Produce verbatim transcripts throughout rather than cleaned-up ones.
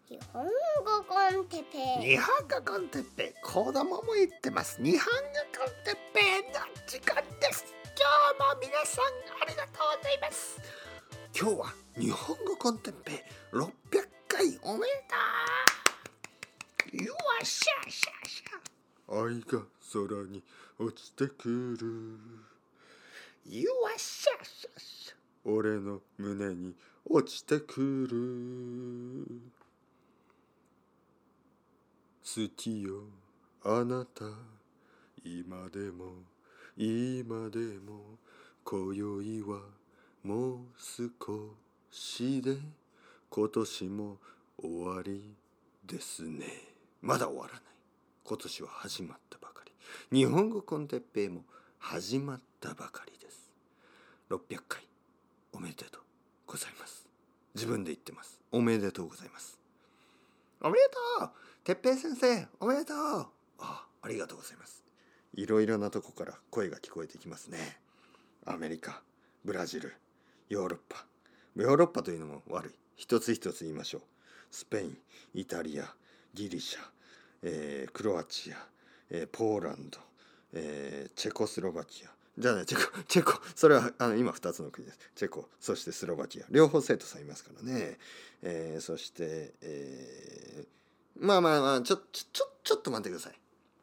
日本語コンテッペイ。 日本語コンテッペイ、子供も言ってます。日本語コンテッペイの時間です。今日も皆さんありがとうございます。今日は日本語コンテッペイろっぴゃっかいおめでとう。よっしゃしゃしゃ。愛が空に落ちてくる。よっしゃしゃしゃ。俺の胸に落ちてくる。好きよあなた、今でも今でも、今宵はもう少しで今年も終わりですね。まだ終わらない。今年は始まったばかり。日本語コンテッペイも始まったばかりです。ろっぴゃっかいおめでとうございます。自分で言ってます。おめでとうございます。おめでとうてっぺい先生、おめでとう。ああ、ありがとうございます。いろいろなとこから声が聞こえてきますね。アメリカ、ブラジル、ヨーロッパ。ヨーロッパというのも悪い。一つ一つ言いましょう。スペイン、イタリア、ギリシャ、えー、クロアチア、えー、ポーランド、えー、チェコスロバキア。じゃあね、チェコ、チェコ、それはあの今ふたつの国です。チェコ、そしてスロバキア。両方生徒さんいますからね。えー、そして、えーまあまあまあ、ちょ、ちょ、ちょ、ちょっと待ってください。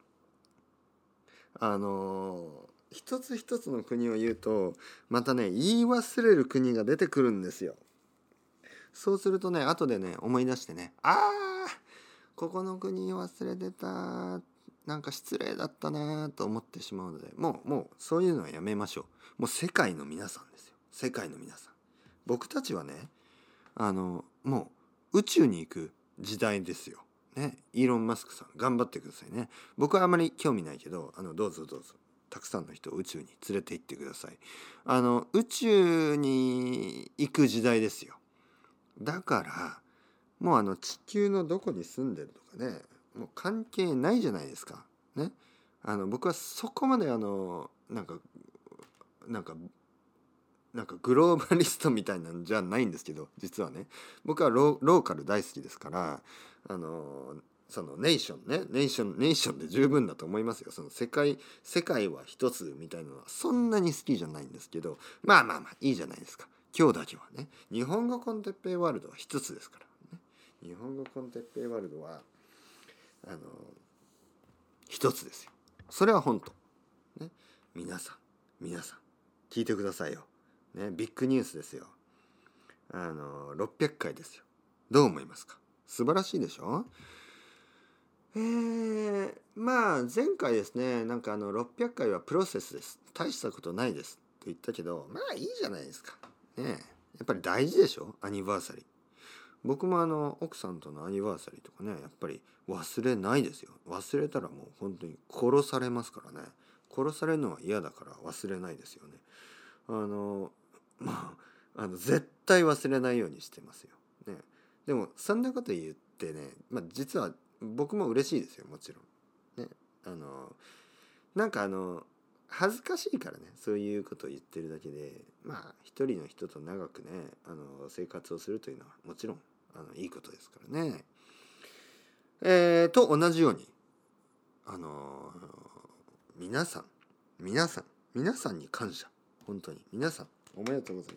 あのー、一つ一つの国を言うと、またね、言い忘れる国が出てくるんですよ。そうするとね、後でね、思い出してね、あー、ここの国忘れてた、なんか失礼だったなと思ってしまうので、もう、もう、そういうのはやめましょう。もう世界の皆さんですよ。世界の皆さん。僕たちはね、あの、もう、宇宙に行く時代ですよ。ね、イーロン・マスクさん頑張ってくださいね。僕はあまり興味ないけど、あのどうぞどうぞたくさんの人を宇宙に連れて行ってください。あの宇宙に行く時代ですよ。だからもうあの地球のどこに住んでるとかね、もう関係ないじゃないですか。ね、あの僕はそこまであのなんかなんかなんかグローバリストみたいなんじゃないんですけど、実はね、僕はロー、ローカル大好きですから、あのそのネーションね、ネーションネーションで十分だと思いますよ。その世界世界は一つみたいなのはそんなに好きじゃないんですけど、まあまあまあいいじゃないですか。今日だけはね、日本語コンテッペイワールドは一つですからね。日本語コンテッペイワールドはあの一つですよ。それは本当ね。皆さん皆さん聞いてくださいよ。ね、ビッグニュースですよ。あのろっぴゃっかいですよ。どう思いますか？素晴らしいでしょ。えー、まあ前回ですね、なんかあのろっぴゃっかいはプロセスです、大したことないですと言ったけど、まあいいじゃないですかね。やっぱり大事でしょ、アニバーサリー。僕もあの奥さんとのアニバーサリーとかね、やっぱり忘れないですよ。忘れたらもう本当に殺されますからね。殺されるのは嫌だから忘れないですよね。あのまあ、あの絶対忘れないようにしてますよ。ね、でもそんなこと言ってね、まあ、実は僕も嬉しいですよ、もちろん。ね、あのなんかあの恥ずかしいからね、そういうことを言ってるだけで、まあ一人の人と長くね、あの生活をするというのはもちろんあのいいことですからね。えー、と同じようにあの皆さん皆さん皆さんに感謝。本当に皆さんおめでとうございます。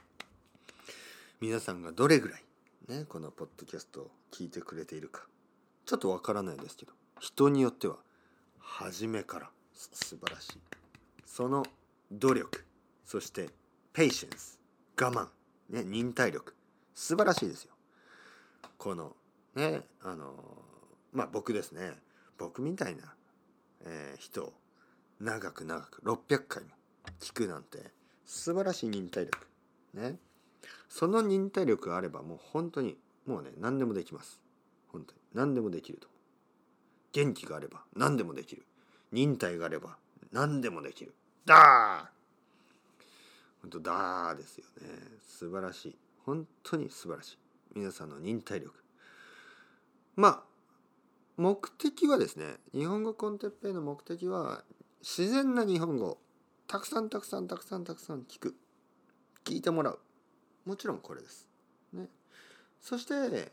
皆さんがどれぐらいね、このポッドキャストを聞いてくれているかちょっとわからないですけど、人によっては初めから素晴らしい、その努力、そしてペイシェンス、我慢、ね、忍耐力、素晴らしいですよ。このね、あのまあ僕ですね、僕みたいな、えー、人を長く長くろっぴゃっかいも聞くなんて素晴らしい忍耐力ね。その忍耐力があればもう本当にもうね、何でもできます。本当に何でもできると。元気があれば何でもできる。忍耐があれば何でもできる。だー本当だーですよね。素晴らしい。本当に素晴らしい。皆さんの忍耐力。まあ目的はですね、日本語コンテッペイの目的は自然な日本語をたくさんたくさんたくさんたくさん聞く、聞いてもらう、もちろんこれです、ね、そして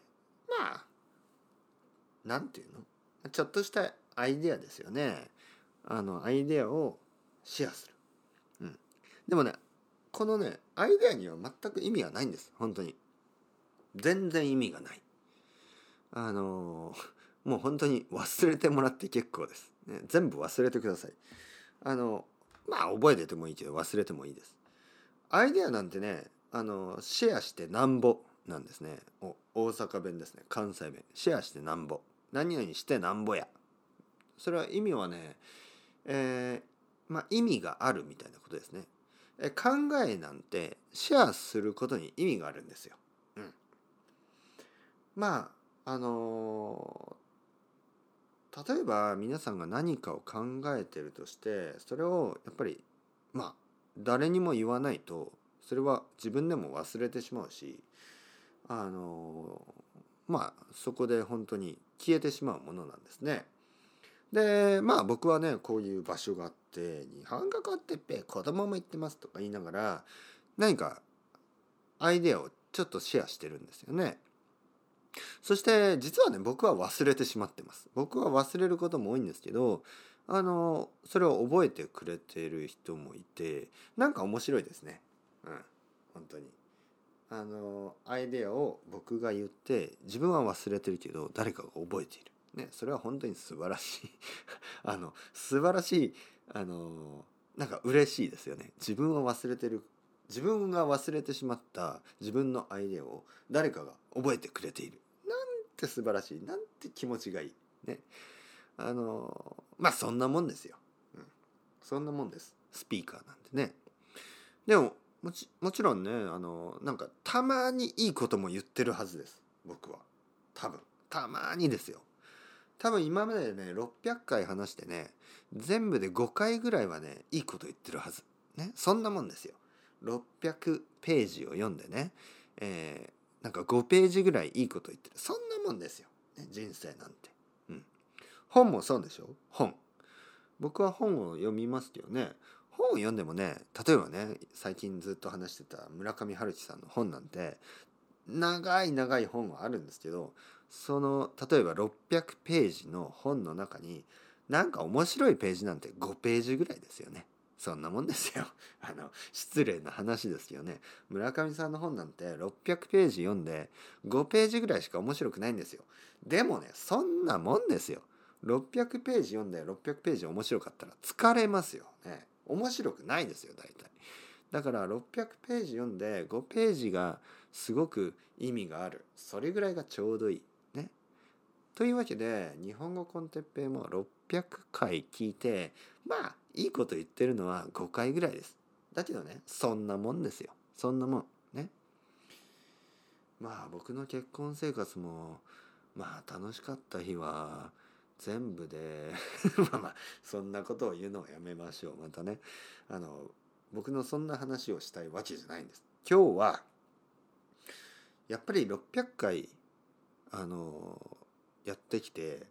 まあなんていうの、ちょっとしたアイデアですよね。あのアイデアをシェアする、うん、でもねこのねアイデアには全く意味はないんです。本当に全然意味がない。あのもう本当に忘れてもらって結構です、ね、全部忘れてください。あのまあ覚えててもいいけど忘れてもいいです。アイデアなんてねあのシェアしてなんぼなんですね。お大阪弁ですね。関西弁シェアしてなんぼ、何々してなんぼや。それは意味はね、えー、まあ意味があるみたいなことですね。え考えなんてシェアすることに意味があるんですよ。うん、まああのー例えば皆さんが何かを考えてるとしてそれをやっぱりまあ誰にも言わないとそれは自分でも忘れてしまうし、あのまあそこで本当に消えてしまうものなんですね。でまあ僕はねこういう場所があって日本語コンテッペイ子供も言ってますとか言いながら何かアイデアをちょっとシェアしてるんですよね。そして実はね僕は忘れてしまってます。僕は忘れることも多いんですけど、あのそれを覚えてくれている人もいてなんか面白いですね。うん、本当にあのアイデアを僕が言って自分は忘れてるけど誰かが覚えている、ね、それは本当に素晴らしいあの素晴らしいあのなんか嬉しいですよね。自分は忘れてる自分が忘れてしまった自分のアイデアを誰かが覚えてくれている、なんて素晴らしい、なんて気持ちがいいね。あのまあそんなもんですよ、うん、そんなもんです。スピーカーなんてね。でももち、もちろんねあのなんかたまにいいことも言ってるはずです僕は。多分たまにですよ。多分今までねろっぴゃっかい話してね全部でごかいぐらいはねいいこと言ってるはずね。そんなもんですよ。ろっぴゃくページを読んでね、えー、なんかごページぐらいいいこと言ってる、そんなもんですよ、ね、人生なんて、うん、本もそうでしょ。本僕は本を読みますよね。本を読んでもね例えばね最近ずっと話してた村上春樹さんの本なんて長い長い本はあるんですけど、その例えばろっぴゃくページの本の中になんか面白いページなんてごページぐらいですよね。そんなもんですよ。あの失礼な話ですよね。村上さんの本なんてろっぴゃくページ読んでごページぐらいしか面白くないんですよ。でもねそんなもんですよ。ろっぴゃくページ読んでろっぴゃくページ面白かったら疲れますよね。面白くないですよ大体。だからろっぴゃくページ読んでごページがすごく意味がある、それぐらいがちょうどいいね。というわけで日本語コンテッペイもろっぴゃくかい聞いてまあいいこと言ってるのはごかいぐらいです。だけどねそんなもんですよ。そんなもんね。まあ僕の結婚生活もまあ楽しかった日は全部でまあまあそんなことを言うのはやめましょう。またねあの僕のそんな話をしたいわけじゃないんです。今日はやっぱりろっぴゃっかいあのやってきて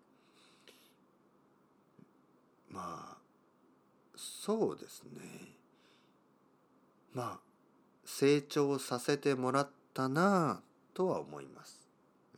まあそうですねまあ成長させてもらったなとは思います。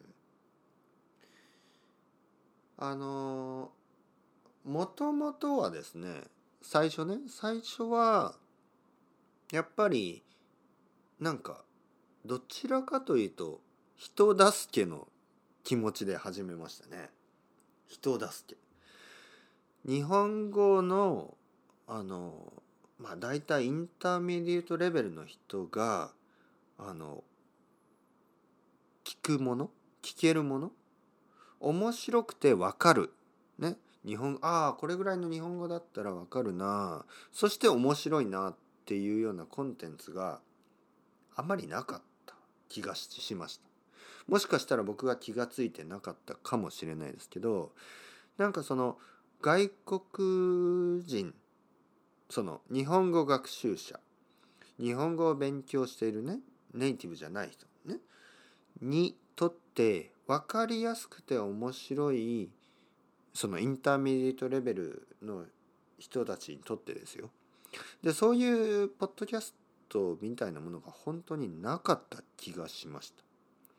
あのもともとはですね最初ね最初はやっぱりなんかどちらかというと人助けの気持ちで始めましたね。人助け。日本語のあのまあ大体インターミディエートレベルの人があの聞くもの聞けるもの面白くてわかるね。日本ああこれぐらいの日本語だったらわかるな、そして面白いなっていうようなコンテンツがあまりなかった気がしました。もしかしたら僕が気がついてなかったかもしれないですけど、なんかその外国人その日本語学習者日本語を勉強しているねネイティブじゃない人ねにとって分かりやすくて面白いそのインターミディエートレベルの人たちにとってですよ。でそういうポッドキャストみたいなものが本当になかった気がしました。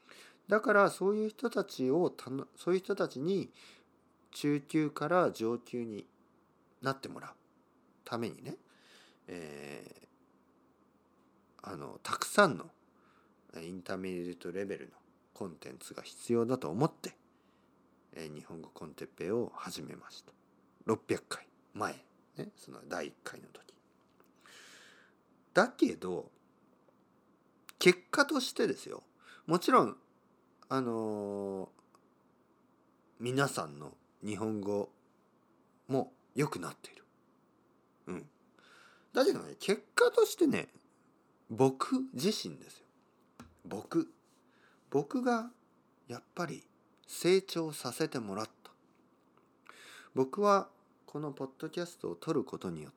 だからそういう人たちをたのそういう人たちに中級から上級になってもらうためにね、えー、あのたくさんのインターミディエートレベルのコンテンツが必要だと思って、えー、日本語コンテッペイを始めました。ろっぴゃっかいまえ、ね、そのだいいっかいの時。だけど結果としてですよ、もちろんあのー、皆さんの日本語も良くなっている。うん。だけどね、結果としてね、僕自身ですよ。僕。僕がやっぱり成長させてもらった。僕はこのポッドキャストを撮ることによって、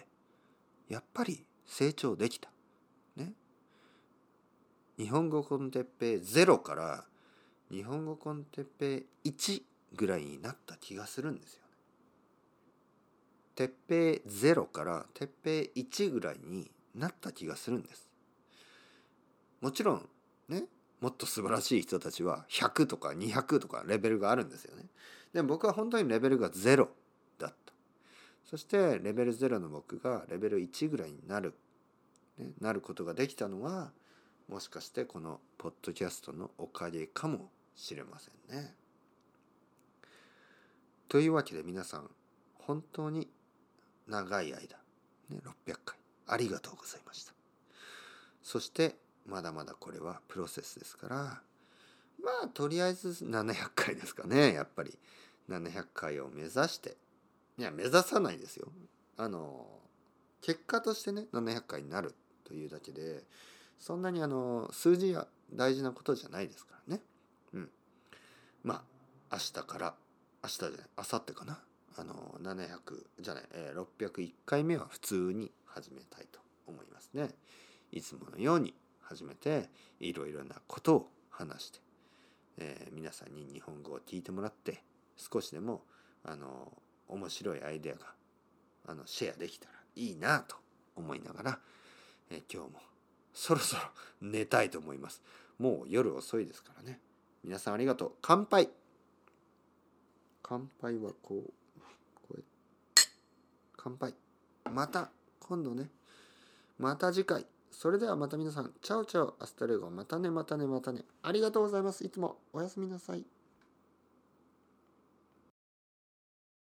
やっぱり成長できた。ね。日本語コンテッペイゼロから日本語コンテッペイいちぐらいになった気がするんですよね。てっぺいゼロからてっぺいいちぐらいになった気がするんです。もちろんね、もっと素晴らしい人たちはひゃくとかにひゃくとかレベルがあるんですよね。でも僕は本当にレベルがゼロだった。そしてレベルゼロの僕がレベルいちぐらいになる、ね、なることができたのはもしかしてこのポッドキャストのおかげかもしれませんね。というわけで皆さん本当に長い間、ね、ろっぴゃっかいありがとうございました。そしてまだまだこれはプロセスですから、まあとりあえずななひゃっかいですかね。やっぱりななひゃっかいを目指して、いや目指さないですよ。あの結果としてねななひゃっかいになるというだけで、そんなにあの数字は大事なことじゃないですからね。うん。まあ明日から明日じゃない明後日かな。あのななひゃくじゃない、えー、ろっぴゃくいっかいめは普通に始めたいと思いますね。いつものように始めていろいろなことを話して、えー、皆さんに日本語を聞いてもらって少しでもあの面白いアイデアがあのシェアできたらいいなと思いながら、えー、今日もそろそろ寝たいと思います。もう夜遅いですからね。皆さんありがとう。乾杯。乾杯はこうこう乾杯。また今度ね。また次回。それではまた皆さん、チャオチャオ、アスタレゴ、またねまたねまたね。ありがとうございます。いつもおやすみなさい。